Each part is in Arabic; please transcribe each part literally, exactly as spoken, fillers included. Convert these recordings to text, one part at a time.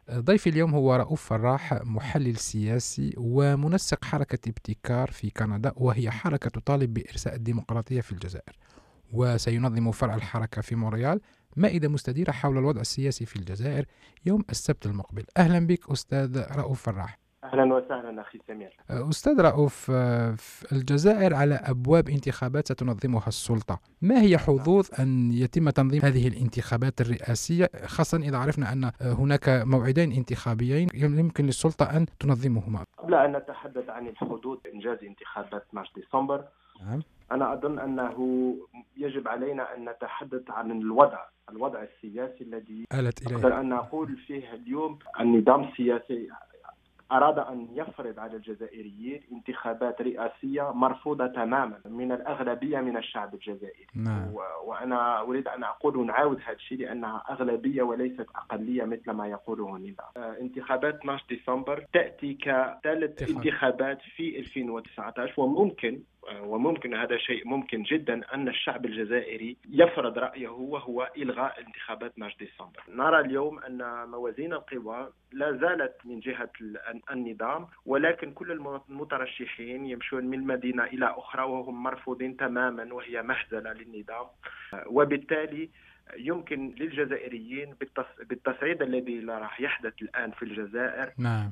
ضيفي اليوم هو رؤوف فراح، محلل سياسي ومنسق حركة ابتكار في كندا، وهي حركة تطالب بإرساء الديمقراطية في الجزائر. وسينظم فرع الحركة في مونريال مائدة مستديرة حول الوضع السياسي في الجزائر يوم السبت المقبل. أهلا بك أستاذ رؤوف فراح. أهلا وسهلا أخي سمير. أستاذ رؤوف، في الجزائر على أبواب انتخابات ستنظمها السلطة، ما هي حظوظ أن يتم تنظيم هذه الانتخابات الرئاسية، خاصة إذا عرفنا أن هناك موعدين انتخابيين يمكن للسلطة أن تنظمهما؟ قبل أن نتحدث عن الحدود إنجاز انتخابات اثني عشر ديسمبر، نعم. أنا أظن أنه يجب علينا أن نتحدث عن الوضع الوضع السياسي الذي آلت إليه. أقدر أن أقول فيه اليوم النظام السياسي أراد أن يفرض على الجزائريين انتخابات رئاسية مرفوضة تماما من الأغلبية من الشعب الجزائري. نعم. وأنا أريد أن أقول ونعاود هذا الشيء لأنها أغلبية وليست أقلية مثل ما يقوله النظام. انتخابات اثني عشر ديسمبر تأتي كثالث انتخابات في ألفين وتسعة عشر، وممكن وممكن هذا شيء ممكن جدا أن الشعب الجزائري يفرض رأيه وهو إلغاء انتخابات اثني عشر ديسمبر. نرى اليوم أن موازين القوى لا زالت من جهة النظام، ولكن كل المترشحين يمشون من مدينة إلى أخرى وهم مرفوضين تماما، وهي مهزلة للنظام. وبالتالي يمكن للجزائريين بالتصعيد الذي راح يحدث الآن في الجزائر، نعم.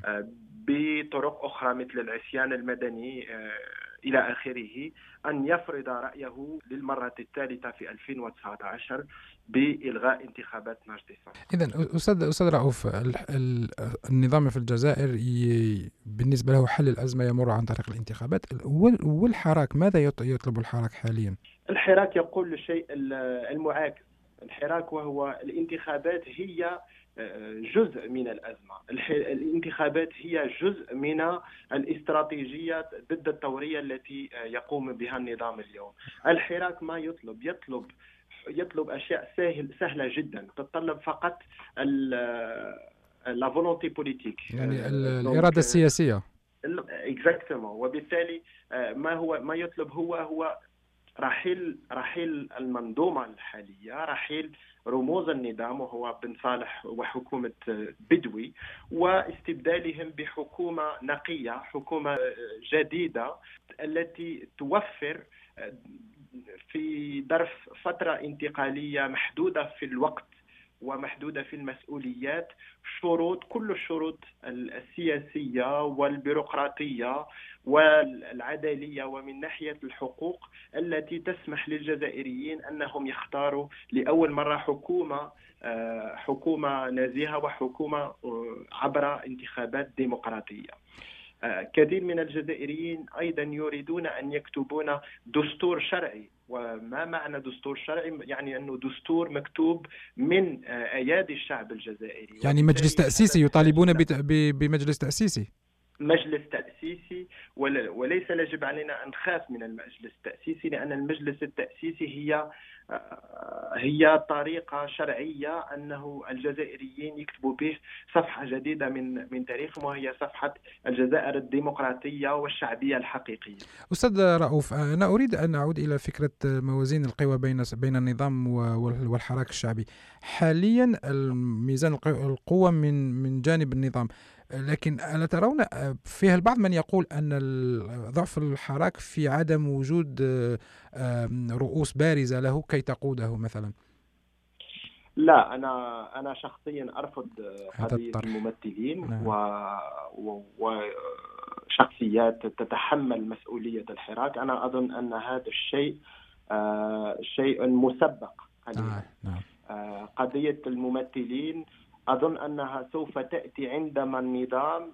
بطرق أخرى مثل العصيان المدني إلى آخره، أن يفرض رأيه للمرة الثالثة في ألفين وتسعة عشر بإلغاء انتخابات اثني عشر ديسمبر. إذن أستاذ أستاذ رؤوف، النظام في الجزائر بالنسبة له حل الأزمة يمر عن طريق الانتخابات، والحراك ماذا يطلب الحراك حاليا؟ الحراك يقول الشيء المعاكس. الحراك وهو الانتخابات هي جزء من الأزمة. الانتخابات هي جزء من الاستراتيجية ضد الثورية التي يقوم بها النظام اليوم. الحراك ما يطلب يطلب يطلب أشياء سهل سهلة جدا، تتطلب فقط لا فولونتي بوليتيك، يعني الإرادة السياسية. exactement. وبالتالي ما هو ما يطلب هو هو رحيل رحيل المنظومة الحالية، رحيل رموز النظام وهو بن صالح وحكومة بدوي، واستبدالهم بحكومة نقية، حكومة جديدة التي توفر في ظرف فترة انتقالية محدودة في الوقت ومحدودة في المسؤوليات شروط، كل الشروط السياسية والبيروقراطية والعدالية ومن ناحية الحقوق التي تسمح للجزائريين أنهم يختاروا لأول مرة حكومة حكومة نزيهة وحكومة عبر انتخابات ديمقراطية. كثير من الجزائريين أيضا يريدون أن يكتبون دستور شرعي. وما معنى دستور شرعي؟ يعني أنه دستور مكتوب من أيادي الشعب الجزائري، يعني مجلس تأسيسي، يطالبون بمجلس تأسيسي مجلس تأسيسي. وليس يجب علينا أن نخاف من المجلس التأسيسي، لأن المجلس التأسيسي هي هي طريقة شرعية أنه الجزائريين يكتبوا به صفحة جديدة من من تاريخهم، وهي صفحة الجزائر الديمقراطية والشعبية الحقيقية. أستاذ رؤوف، أنا أريد أن أعود إلى فكرة موازين القوى بين بين النظام والحراك الشعبي. حاليا الميزان القوى من من جانب النظام، لكن ألا ترون فيها البعض من يقول أن ضعف الحراك في عدم وجود رؤوس بارزة له كي تقوده مثلا؟ لا، أنا أنا شخصيا أرفض قضية الممثلين. نعم. و, و... شخصيات تتحمل مسؤولية الحراك. أنا أظن أن هذا الشيء آه شيء مسبق قليلا. نعم. آه قضية الممثلين أظن أنها سوف تأتي عندما النظام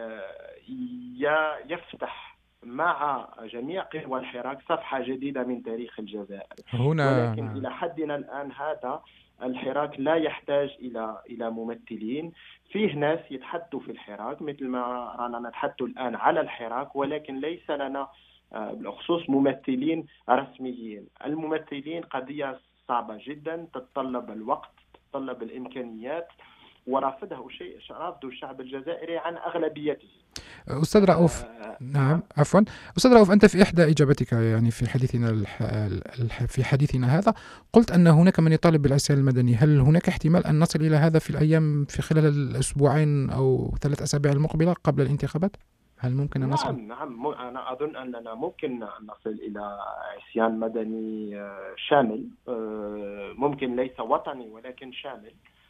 آه يفتح مع جميع قوى الحراك صفحة جديدة من تاريخ الجزائر هنا. ولكن نعم. إلى حدنا الآن هذا الحراك لا يحتاج إلى إلى ممثلين. فيه ناس يتحدثوا في الحراك مثل ما رانا نتحدث الآن على الحراك، ولكن ليس لنا بالخصوص ممثلين رسميين. الممثلين قضية صعبة جدا، تتطلب الوقت، تتطلب الإمكانيات، ورفضه شيء رفض الشعب الجزائري عن أغلبيته. أستاذ رؤوف، آه نعم عفوا أستاذ رؤوف، أنت في إحدى إجابتك يعني في حديثنا الح... الح... في حديثنا هذا قلت أن هناك من يطالب بالعصيان المدني. هل هناك احتمال أن نصل إلى هذا في الأيام في خلال الأسبوعين أو ثلاث أسابيع المقبلة قبل الانتخابات؟ هل ممكن أن نصل؟ نعم نعم، أنا أظن أننا ممكن أن نصل إلى عصيان مدني شامل، ممكن ليس وطني ولكن شامل.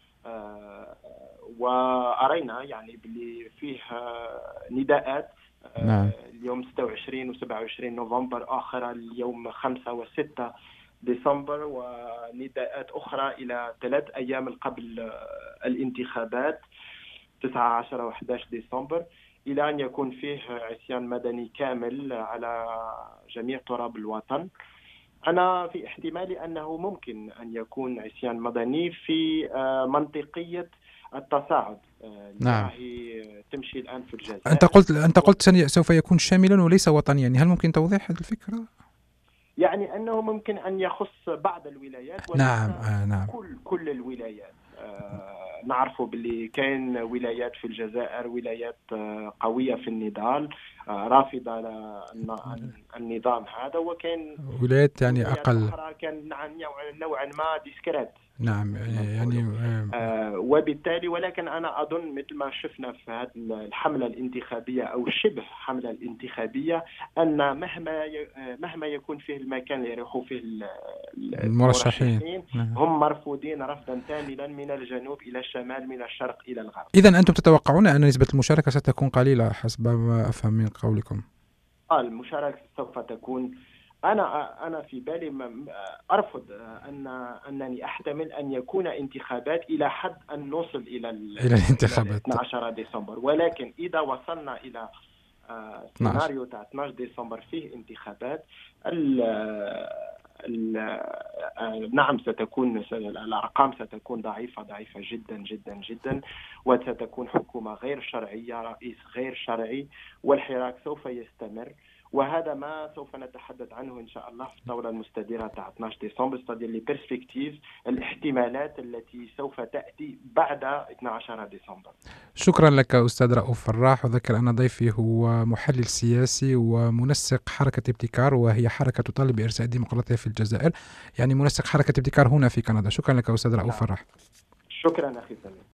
وأرينا يعني باللي فيه نداءات. نعم. اليوم ستة وعشرين وسبعة وعشرين نوفمبر، آخر اليوم خمسة وستة ديسمبر، ونداءات أخرى إلى ثلاث أيام قبل الانتخابات تسعة عشر وأحد عشر ديسمبر، إلى أن يكون فيه عصيان مدني كامل على جميع تراب الوطن. أنا في احتمالي أنه ممكن أن يكون عصيان مدني في منطقية التصاعد. نعم. تمشي الآن في الجزائر. أنت قلت أنت قلت سوف يكون شاملا وليس وطنيا، يعني هل ممكن توضيح هذه الفكرة؟ يعني أنه ممكن أن يخص بعض الولايات وليس نعم. آه نعم. كل كل الولايات. آه نعرفوا باللي كاين ولايات في الجزائر ولايات قوية في النضال، رافضة النظام هذا، وكاين ولايات يعني أقل أخرى كان نوعا ما ديسكريت. نعم يعني آه وبالتالي ولكن أنا أظن مثل ما شفنا في هذه الحملة الانتخابية أو شبه حملة الانتخابية، أن مهما مهما يكون فيه المكان اللي يروحوا فيه المرشحين هم مرفوضين رفضا تاما من الجنوب إلى الشمال، من الشرق إلى الغرب. إذن أنتم تتوقعون أن نسبة المشاركة ستكون قليلة حسب ما أفهم من قولكم؟ آه المشاركة سوف تكون، أنا أنا في بالي أرفض أن أنني أحتمل أن يكون انتخابات إلى حد أن نوصل إلى إلى الانتخابات اثني عشر ديسمبر، ولكن إذا وصلنا إلى سيناريو تاع اثني عشر ديسمبر فيه انتخابات، ال ال نعم ستكون الأرقام ستكون ضعيفة ضعيفة جدا جدا جدا، وستكون حكومة غير شرعية، رئيس غير شرعي، والحراك سوف يستمر. وهذا ما سوف نتحدث عنه إن شاء الله في الدورة المستديرة تاع اثني عشر ديسمبر، استدير لي بيرسبكتيف الاحتمالات التي سوف تأتي بعد اثني عشر ديسمبر. شكرا لك أستاذ رؤوف فراح. وذكر أن ضيفي هو محلل سياسي ومنسق حركة ابتكار، وهي حركة تطالب بإرساء الديمقراطية في الجزائر، يعني منسق حركة ابتكار هنا في كندا. شكرا لك أستاذ رؤوف فراح. شكرا أخي سليم.